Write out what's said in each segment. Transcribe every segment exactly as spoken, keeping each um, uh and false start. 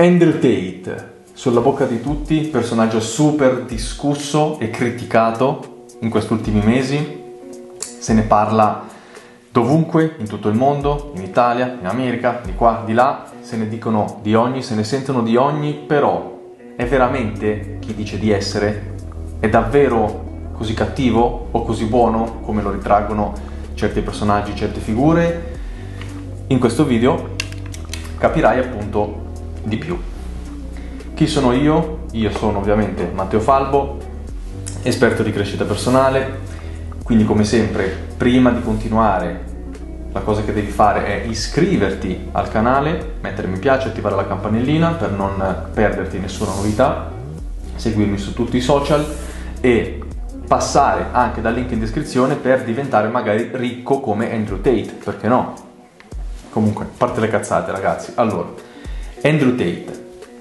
Andrew Tate, sulla bocca di tutti, personaggio super discusso e criticato in questi ultimi mesi. Se ne parla dovunque, in tutto il mondo, in Italia, in America, di qua, di là, se ne dicono di ogni, se ne sentono di ogni, però è veramente chi dice di essere? È davvero così cattivo o così buono come lo ritraggono certi personaggi, certe figure? In questo video capirai appunto di più. Chi sono io? Io sono ovviamente Matteo Falbo, esperto di crescita personale, quindi come sempre prima di continuare la cosa che devi fare è iscriverti al canale, mettere mi piace, attivare la campanellina per non perderti nessuna novità, seguirmi su tutti i social e passare anche dal link in descrizione per diventare magari ricco come Andrew Tate, perché no? Comunque, a parte le cazzate ragazzi. Allora, Andrew Tate.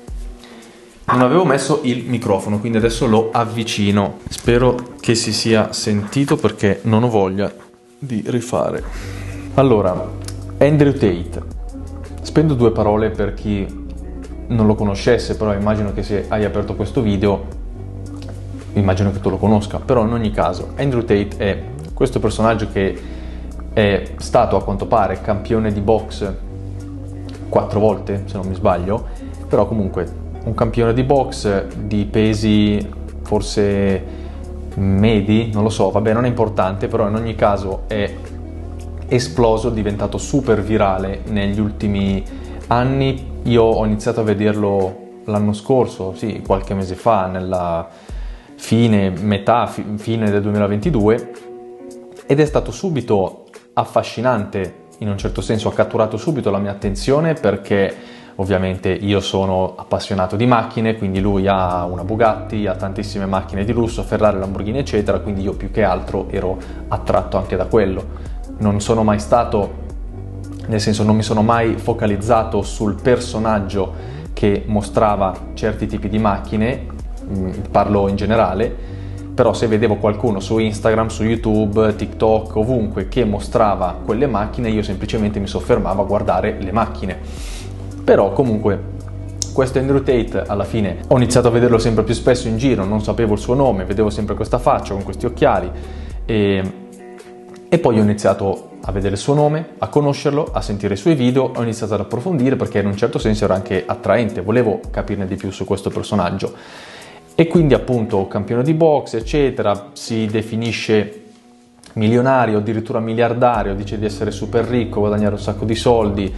Non avevo messo il microfono, quindi adesso lo avvicino. Spero che si sia sentito perché non ho voglia di rifare. Allora, Andrew Tate. Spendo due parole per chi non lo conoscesse, però immagino che se hai aperto questo video, immagino che tu lo conosca. Però in ogni caso, Andrew Tate è questo personaggio che è stato a quanto pare campione di box quattro volte, se non mi sbaglio, però comunque un campione di box di pesi forse medi, non lo so, vabbè, non è importante, però in ogni caso è esploso, è diventato super virale negli ultimi anni. Io ho iniziato a vederlo l'anno scorso, sì, qualche mese fa, nella fine, metà, fi, fine del duemilaventidue, ed è stato subito affascinante, in un certo senso ha catturato subito la mia attenzione perché ovviamente io sono appassionato di macchine, quindi lui ha una Bugatti, ha tantissime macchine di lusso, Ferrari, Lamborghini eccetera, quindi io più che altro ero attratto anche da quello. Non sono mai stato, nel senso non mi sono mai focalizzato sul personaggio che mostrava certi tipi di macchine, parlo in generale, però se vedevo qualcuno su Instagram, su YouTube, TikTok, ovunque che mostrava quelle macchine, io semplicemente mi soffermavo a guardare le macchine. Però comunque questo Andrew Tate alla fine ho iniziato a vederlo sempre più spesso in giro, non sapevo il suo nome, vedevo sempre questa faccia con questi occhiali e, e poi ho iniziato a vedere il suo nome, a conoscerlo, a sentire i suoi video, ho iniziato ad approfondire perché in un certo senso era anche attraente, volevo capirne di più su questo personaggio. E quindi appunto campione di box eccetera, si definisce milionario, addirittura miliardario, dice di essere super ricco, guadagnare un sacco di soldi,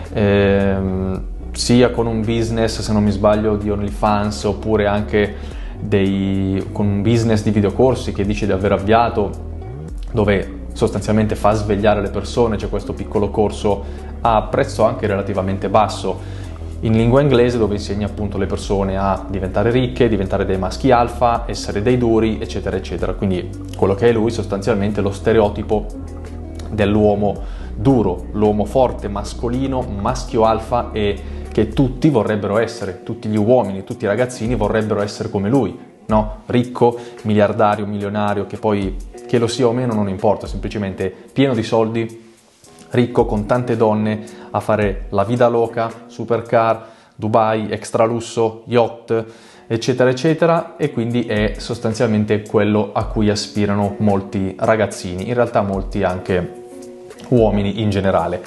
ehm, sia con un business, se non mi sbaglio, di OnlyFans, oppure anche dei, con un business di videocorsi che dice di aver avviato, dove sostanzialmente fa svegliare le persone. C'è questo piccolo corso a prezzo anche relativamente basso in lingua inglese dove insegna appunto le persone a diventare ricche, diventare dei maschi alfa, essere dei duri eccetera eccetera. Quindi quello che è lui sostanzialmente lo stereotipo dell'uomo duro, l'uomo forte, mascolino, maschio alfa e che tutti vorrebbero essere, tutti gli uomini, tutti i ragazzini vorrebbero essere come lui, no? Ricco, miliardario, milionario, che poi che lo sia o meno non importa, semplicemente pieno di soldi, ricco con tante donne, a fare la vida loca, supercar, Dubai, extra lusso, yacht, eccetera eccetera, e quindi è sostanzialmente quello a cui aspirano molti ragazzini, in realtà molti anche uomini in generale.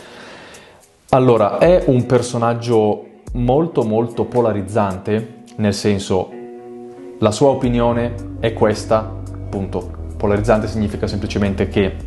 Allora, è un personaggio molto molto polarizzante, nel senso la sua opinione è questa, appunto. Polarizzante significa semplicemente che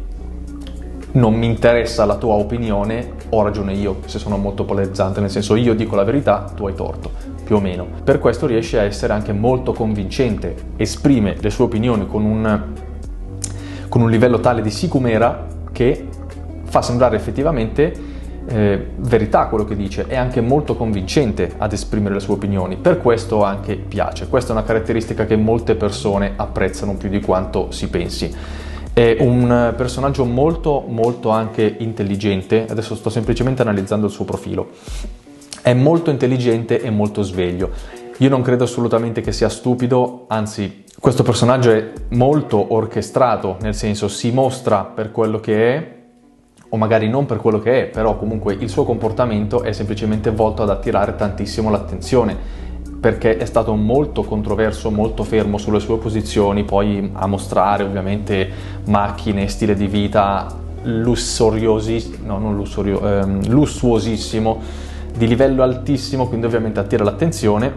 non mi interessa la tua opinione, ho ragione io se sono molto polarizzante, nel senso io dico la verità, tu hai torto, più o meno. Per questo riesce a essere anche molto convincente, esprime le sue opinioni con un, con un livello tale di sicumera che fa sembrare effettivamente eh, verità quello che dice, è anche molto convincente ad esprimere le sue opinioni, per questo anche piace. Questa è una caratteristica che molte persone apprezzano più di quanto si pensi. È un personaggio molto molto anche intelligente, adesso sto semplicemente analizzando il suo profilo. È molto intelligente e molto sveglio. Io non credo assolutamente che sia stupido, anzi questo personaggio è molto orchestrato, nel senso si mostra per quello che è, o magari non per quello che è, però comunque il suo comportamento è semplicemente volto ad attirare tantissimo l'attenzione, perché è stato molto controverso, molto fermo sulle sue posizioni, poi a mostrare ovviamente macchine, stile di vita lussuriosi, no, non lussurio, ehm, lussuosissimo, di livello altissimo, quindi ovviamente attira l'attenzione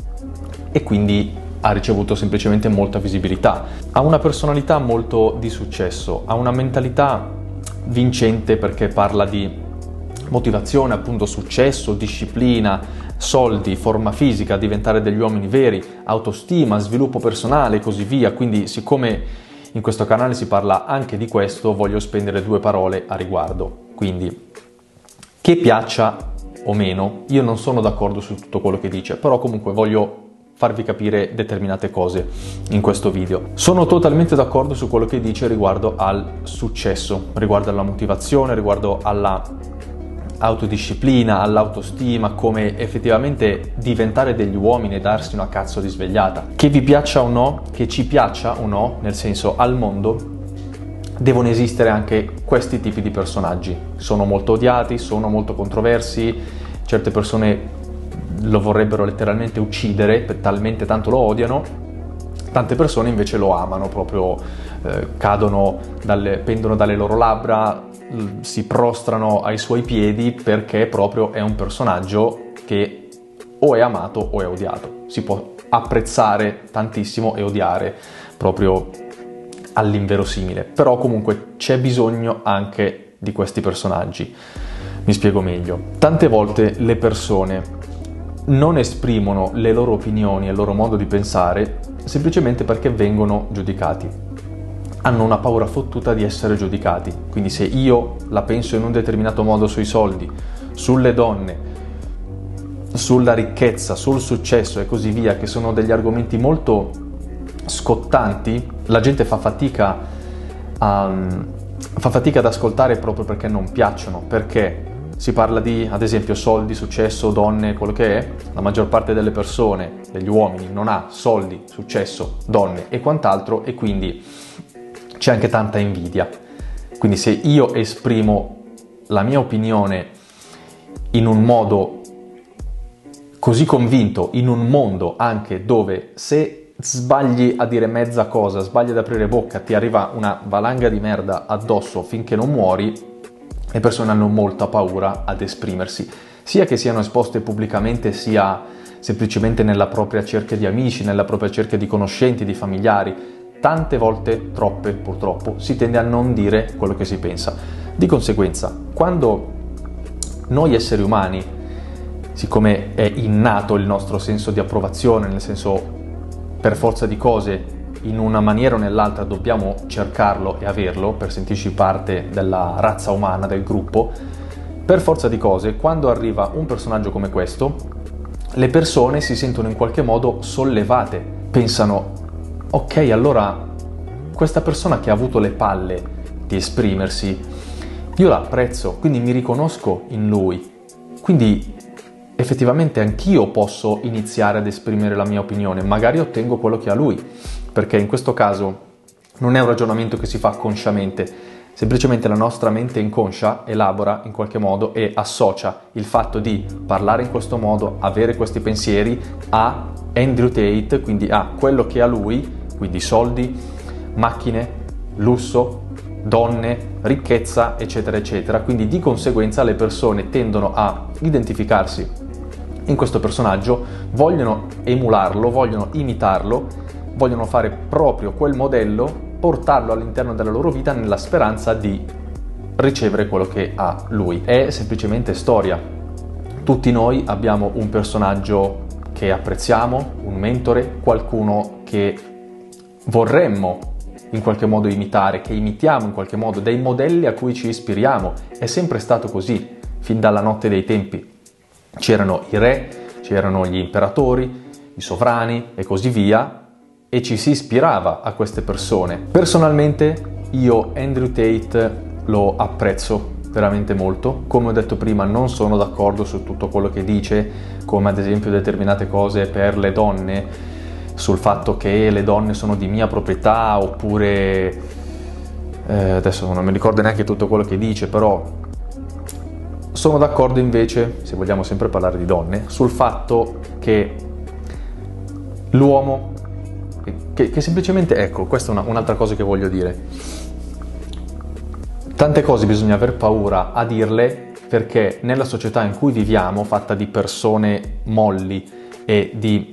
e quindi ha ricevuto semplicemente molta visibilità. Ha una personalità molto di successo, ha una mentalità vincente perché parla di motivazione, appunto successo, disciplina, soldi, forma fisica, diventare degli uomini veri, autostima, sviluppo personale e così via. Quindi siccome in questo canale si parla anche di questo, voglio spendere due parole a riguardo. Quindi, che piaccia o meno, io non sono d'accordo su tutto quello che dice, però comunque voglio farvi capire determinate cose in questo video. Sono totalmente d'accordo su quello che dice riguardo al successo, riguardo alla motivazione, riguardo alla autodisciplina, all'autostima, come effettivamente diventare degli uomini e darsi una cazzo di svegliata. Che vi piaccia o no, che ci piaccia o no, nel senso al mondo, devono esistere anche questi tipi di personaggi. Sono molto odiati, sono molto controversi, certe persone lo vorrebbero letteralmente uccidere, talmente tanto lo odiano, tante persone invece lo amano, proprio eh, cadono, dalle, pendono dalle loro labbra, si prostrano ai suoi piedi perché proprio è un personaggio che o è amato o è odiato. Si può apprezzare tantissimo e odiare proprio all'inverosimile, però comunque c'è bisogno anche di questi personaggi. Mi spiego meglio. Tante volte le persone non esprimono le loro opinioni e il loro modo di pensare semplicemente perché vengono giudicati. Hanno una paura fottuta di essere giudicati. Quindi se io la penso in un determinato modo sui soldi, sulle donne, sulla ricchezza, sul successo e così via, che sono degli argomenti molto scottanti, la gente fa fatica a, fa fatica ad ascoltare proprio perché non piacciono, perché si parla di, ad esempio, soldi, successo, donne, quello che è. La maggior parte delle persone, degli uomini, non ha soldi, successo, donne e quant'altro, e quindi c'è anche tanta invidia. Quindi se io esprimo la mia opinione in un modo così convinto, in un mondo anche dove se sbagli a dire mezza cosa, sbagli ad aprire bocca, ti arriva una valanga di merda addosso finché non muori, le persone hanno molta paura ad esprimersi, sia che siano esposte pubblicamente, sia semplicemente nella propria cerchia di amici, nella propria cerchia di conoscenti, di familiari. Tante volte, troppe purtroppo, si tende a non dire quello che si pensa. Di conseguenza, quando noi esseri umani, siccome è innato il nostro senso di approvazione, nel senso per forza di cose, in una maniera o nell'altra dobbiamo cercarlo e averlo per sentirci parte della razza umana, del gruppo, per forza di cose, quando arriva un personaggio come questo, le persone si sentono in qualche modo sollevate, pensano: ok, allora questa persona che ha avuto le palle di esprimersi, io la apprezzo, quindi mi riconosco in lui, quindi effettivamente anch'io posso iniziare ad esprimere la mia opinione, magari ottengo quello che ha lui, perché in questo caso non è un ragionamento che si fa consciamente, semplicemente la nostra mente inconscia elabora in qualche modo e associa il fatto di parlare in questo modo, avere questi pensieri a Andrew Tate, quindi a quello che ha lui, quindi soldi, macchine, lusso, donne, ricchezza, eccetera, eccetera. Quindi di conseguenza le persone tendono a identificarsi in questo personaggio, vogliono emularlo, vogliono imitarlo, vogliono fare proprio quel modello, portarlo all'interno della loro vita nella speranza di ricevere quello che ha lui. È semplicemente storia. Tutti noi abbiamo un personaggio che apprezziamo, un mentore, qualcuno che vorremmo in qualche modo imitare, che imitiamo in qualche modo, dei modelli a cui ci ispiriamo. È sempre stato così, fin dalla notte dei tempi. C'erano i re, c'erano gli imperatori, i sovrani e così via, e ci si ispirava a queste persone. Personalmente io Andrew Tate lo apprezzo veramente molto. Come ho detto prima, non sono d'accordo su tutto quello che dice, come ad esempio determinate cose per le donne, sul fatto che le donne sono di mia proprietà, oppure eh, adesso non mi ricordo neanche tutto quello che dice, però sono d'accordo invece, se vogliamo sempre parlare di donne, sul fatto che l'uomo, che, che semplicemente, ecco, questa è una, un'altra cosa che voglio dire, tante cose bisogna aver paura a dirle, perché nella società in cui viviamo, fatta di persone molli e di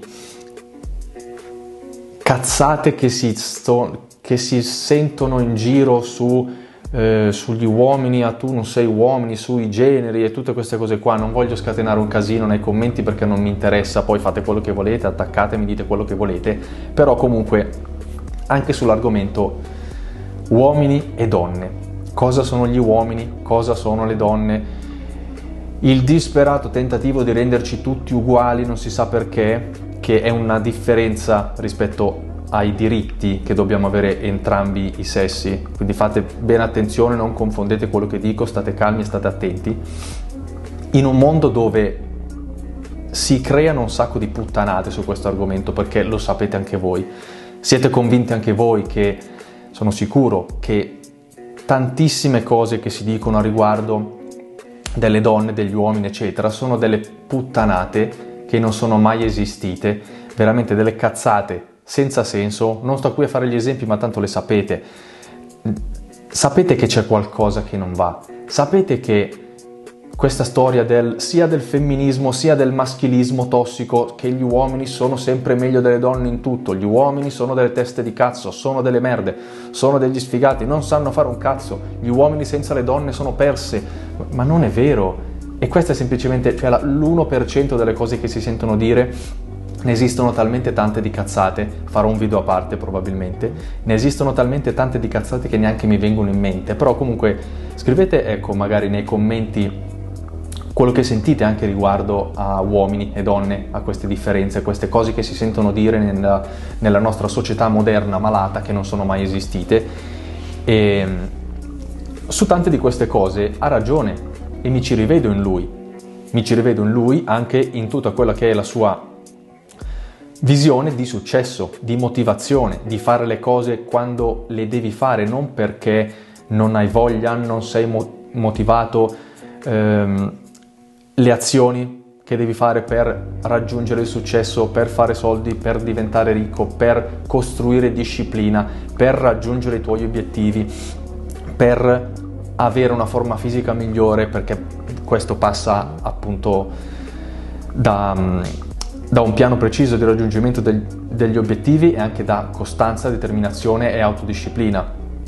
cazzate che si, sto, che si sentono in giro su, eh, sugli uomini, ah tu non sei uomini, sui generi e tutte queste cose qua, non voglio scatenare un casino nei commenti perché non mi interessa, poi fate quello che volete, attaccatemi, dite quello che volete, però comunque anche sull'argomento uomini e donne. Cosa sono gli uomini? Cosa sono le donne? Il disperato tentativo di renderci tutti uguali, non si sa perché, che è una differenza rispetto ai diritti che dobbiamo avere entrambi i sessi. Quindi fate bene attenzione, non confondete quello che dico, state calmi e state attenti. In un mondo dove si creano un sacco di puttanate su questo argomento, perché lo sapete anche voi, siete convinti anche voi che, sono sicuro, che tantissime cose che si dicono a riguardo delle donne, degli uomini, eccetera, sono delle puttanate che non sono mai esistite, veramente delle cazzate senza senso. Non sto qui a fare gli esempi, ma tanto le sapete. Sapete che c'è qualcosa che non va. Sapete che questa storia del, sia del femminismo sia del maschilismo tossico, che gli uomini sono sempre meglio delle donne in tutto, gli uomini sono delle teste di cazzo, sono delle merde, sono degli sfigati, non sanno fare un cazzo, gli uomini senza le donne sono perse, ma non è vero. E questa è semplicemente, cioè, l'uno per cento delle cose che si sentono dire. Ne esistono talmente tante di cazzate, farò un video a parte probabilmente, ne esistono talmente tante di cazzate che neanche mi vengono in mente, però comunque scrivete, ecco, magari nei commenti quello che sentite anche riguardo a uomini e donne, a queste differenze, a queste cose che si sentono dire nella, nella nostra società moderna malata, che non sono mai esistite. E su tante di queste cose ha ragione e mi ci rivedo in lui, mi ci rivedo in lui anche in tutta quella che è la sua visione di successo, di motivazione, di fare le cose quando le devi fare, non perché non hai voglia, non sei mo- motivato, ehm, le azioni che devi fare per raggiungere il successo, per fare soldi, per diventare ricco, per costruire disciplina, per raggiungere i tuoi obiettivi, per avere una forma fisica migliore, perché questo passa appunto da, da un piano preciso di raggiungimento del, degli obiettivi e anche da costanza, determinazione e autodisciplina.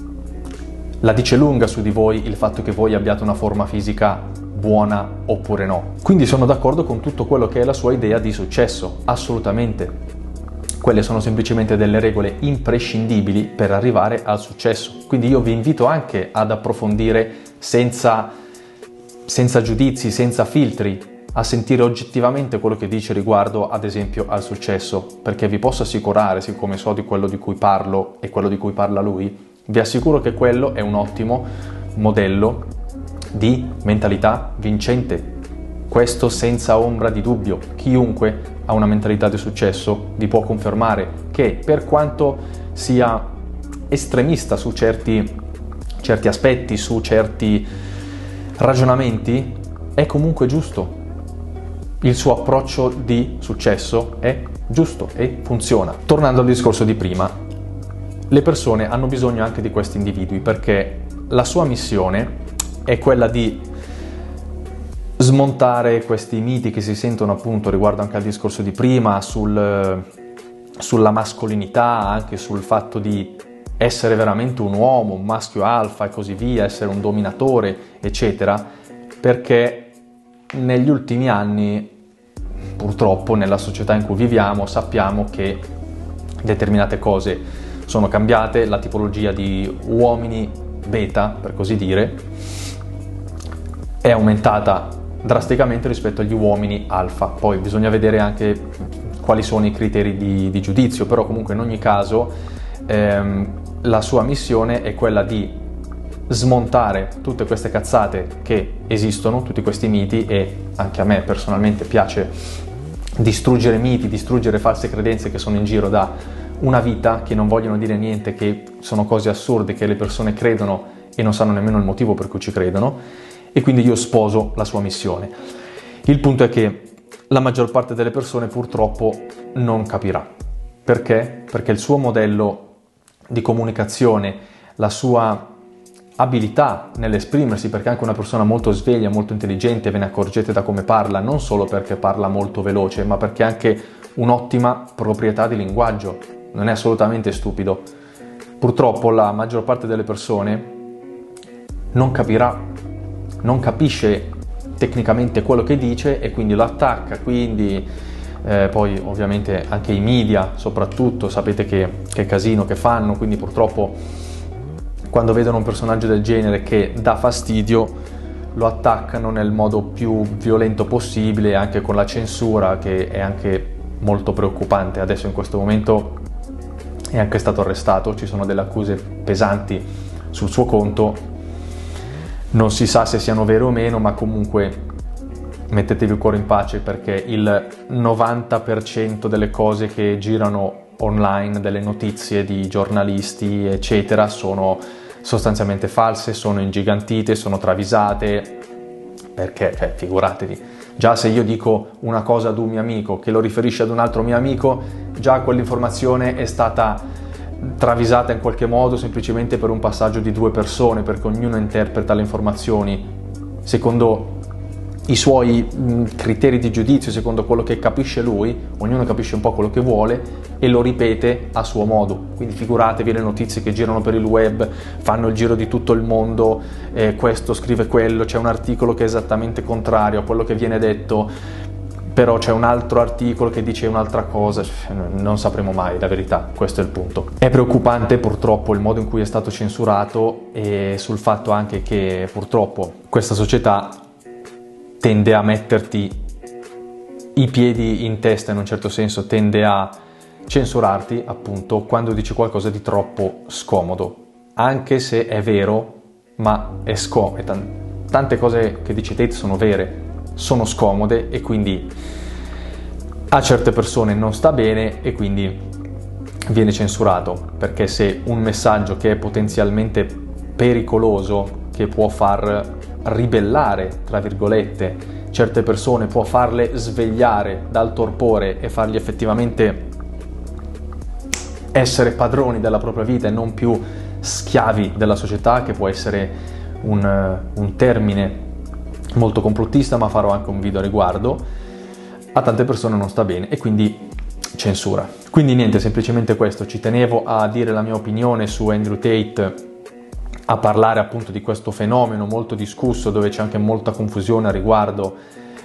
La dice lunga su di voi il fatto che voi abbiate una forma fisica buona oppure no. Quindi sono d'accordo con tutto quello che è la sua idea di successo, assolutamente. Quelle sono semplicemente delle regole imprescindibili per arrivare al successo. Quindi io vi invito anche ad approfondire senza, senza giudizi, senza filtri, a sentire oggettivamente quello che dice riguardo ad esempio al successo, perché vi posso assicurare, siccome so di quello di cui parlo e quello di cui parla lui, vi assicuro che quello è un ottimo modello di mentalità vincente. Questo senza ombra di dubbio. Chiunque ha una mentalità di successo vi può confermare che, per quanto sia estremista su certi, certi aspetti, su certi ragionamenti, è comunque giusto. Il suo approccio di successo è giusto e funziona. Tornando al discorso di prima, le persone hanno bisogno anche di questi individui, perché la sua missione è quella di smontare questi miti che si sentono appunto riguardo anche al discorso di prima, sul, sulla mascolinità, anche sul fatto di essere veramente un uomo, un maschio alfa e così via, essere un dominatore, eccetera, perché negli ultimi anni, purtroppo, nella società in cui viviamo, sappiamo che determinate cose sono cambiate, la tipologia di uomini beta, per così dire, è aumentata drasticamente rispetto agli uomini alfa. Poi bisogna vedere anche quali sono i criteri di, di giudizio, però comunque in ogni caso ehm, la sua missione è quella di smontare tutte queste cazzate che esistono, tutti questi miti, e anche a me personalmente piace distruggere miti, distruggere false credenze che sono in giro da una vita, che non vogliono dire niente, che sono cose assurde che le persone credono e non sanno nemmeno il motivo per cui ci credono, e quindi io sposo la sua missione. Il punto è che la maggior parte delle persone purtroppo non capirà. Perché? Perché il suo modello di comunicazione, la sua abilità nell'esprimersi, perché anche una persona molto sveglia, molto intelligente, ve ne accorgete da come parla, non solo perché parla molto veloce, ma perché ha anche un'ottima proprietà di linguaggio, non è assolutamente stupido. Purtroppo la maggior parte delle persone non capirà, non capisce tecnicamente quello che dice e quindi lo attacca, quindi eh, poi ovviamente anche i media soprattutto, sapete che, che casino che fanno, quindi purtroppo quando vedono un personaggio del genere che dà fastidio lo attaccano nel modo più violento possibile, anche con la censura, che è anche molto preoccupante. Adesso in questo momento è anche stato arrestato, ci sono delle accuse pesanti sul suo conto, non si sa se siano vere o meno, ma comunque mettetevi il cuore in pace, perché il novanta per cento delle cose che girano online, delle notizie di giornalisti eccetera, sono sostanzialmente false, sono ingigantite, sono travisate, perché, cioè, figuratevi, già se io dico una cosa ad un mio amico che lo riferisce ad un altro mio amico, già quell'informazione è stata travisata in qualche modo semplicemente per un passaggio di due persone, perché ognuno interpreta le informazioni secondo i suoi mh, criteri di giudizio, secondo quello che capisce lui, ognuno capisce un po' quello che vuole e lo ripete a suo modo. Quindi figuratevi le notizie che girano per il web, fanno il giro di tutto il mondo, eh, questo scrive quello, c'è un articolo che è esattamente contrario a quello che viene detto, però c'è un altro articolo che dice un'altra cosa, non sapremo mai la verità, questo è il punto. È preoccupante purtroppo il modo in cui è stato censurato, e sul fatto anche che purtroppo questa società tende a metterti i piedi in testa, in un certo senso tende a censurarti appunto quando dici qualcosa di troppo scomodo, anche se è vero, ma è scomodo. Tante cose che dici te sono vere, sono scomode, e quindi a certe persone non sta bene e quindi viene censurato, perché se un messaggio che è potenzialmente pericoloso, che può far ribellare, tra virgolette, certe persone, può farle svegliare dal torpore e fargli effettivamente essere padroni della propria vita e non più schiavi della società, che può essere un, un termine molto complottista, ma farò anche un video a riguardo, a tante persone non sta bene e quindi censura. Quindi niente, semplicemente questo, ci tenevo a dire la mia opinione su Andrew Tate, a parlare appunto di questo fenomeno molto discusso, dove c'è anche molta confusione a riguardo,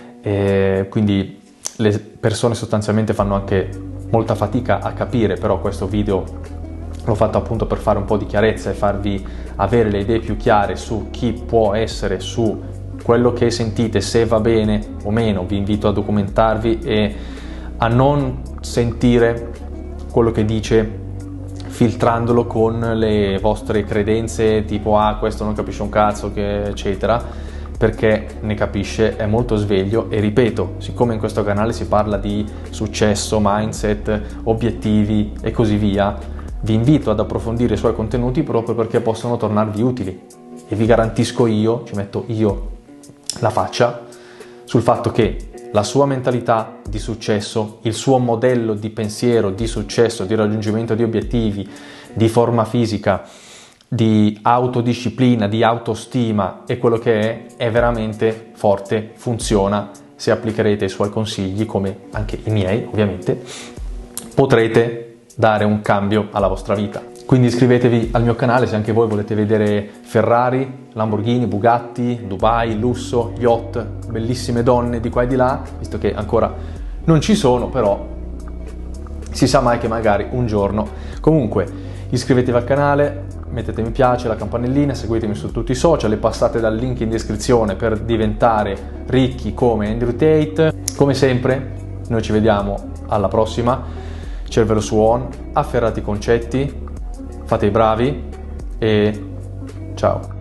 e quindi le persone sostanzialmente fanno anche molta fatica a capire, però questo video l'ho fatto appunto per fare un po' di chiarezza e farvi avere le idee più chiare su chi può essere, su quello che sentite, se va bene o meno. Vi invito a documentarvi e a non sentire quello che dice filtrandolo con le vostre credenze tipo ah questo non capisce un cazzo che eccetera, perché ne capisce, è molto sveglio e ripeto, siccome in questo canale si parla di successo, mindset, obiettivi e così via, vi invito ad approfondire i suoi contenuti proprio perché possono tornarvi utili, e vi garantisco io, ci metto io la faccia sul fatto che la sua mentalità di successo, il suo modello di pensiero di successo, di raggiungimento di obiettivi, di forma fisica, di autodisciplina, di autostima e quello che è, è veramente forte, funziona. Se applicherete i suoi consigli, come anche i miei ovviamente, potrete dare un cambio alla vostra vita. Quindi iscrivetevi al mio canale se anche voi volete vedere Ferrari, Lamborghini, Bugatti, Dubai, lusso, yacht, bellissime donne di qua e di là, visto che ancora non ci sono, però si sa mai che magari un giorno. Comunque iscrivetevi al canale, mettete mi piace, la campanellina, seguitemi su tutti i social e passate dal link in descrizione per diventare ricchi come Andrew Tate. Come sempre noi ci vediamo alla prossima, cervello su on, afferrate i concetti, fate i bravi e ciao!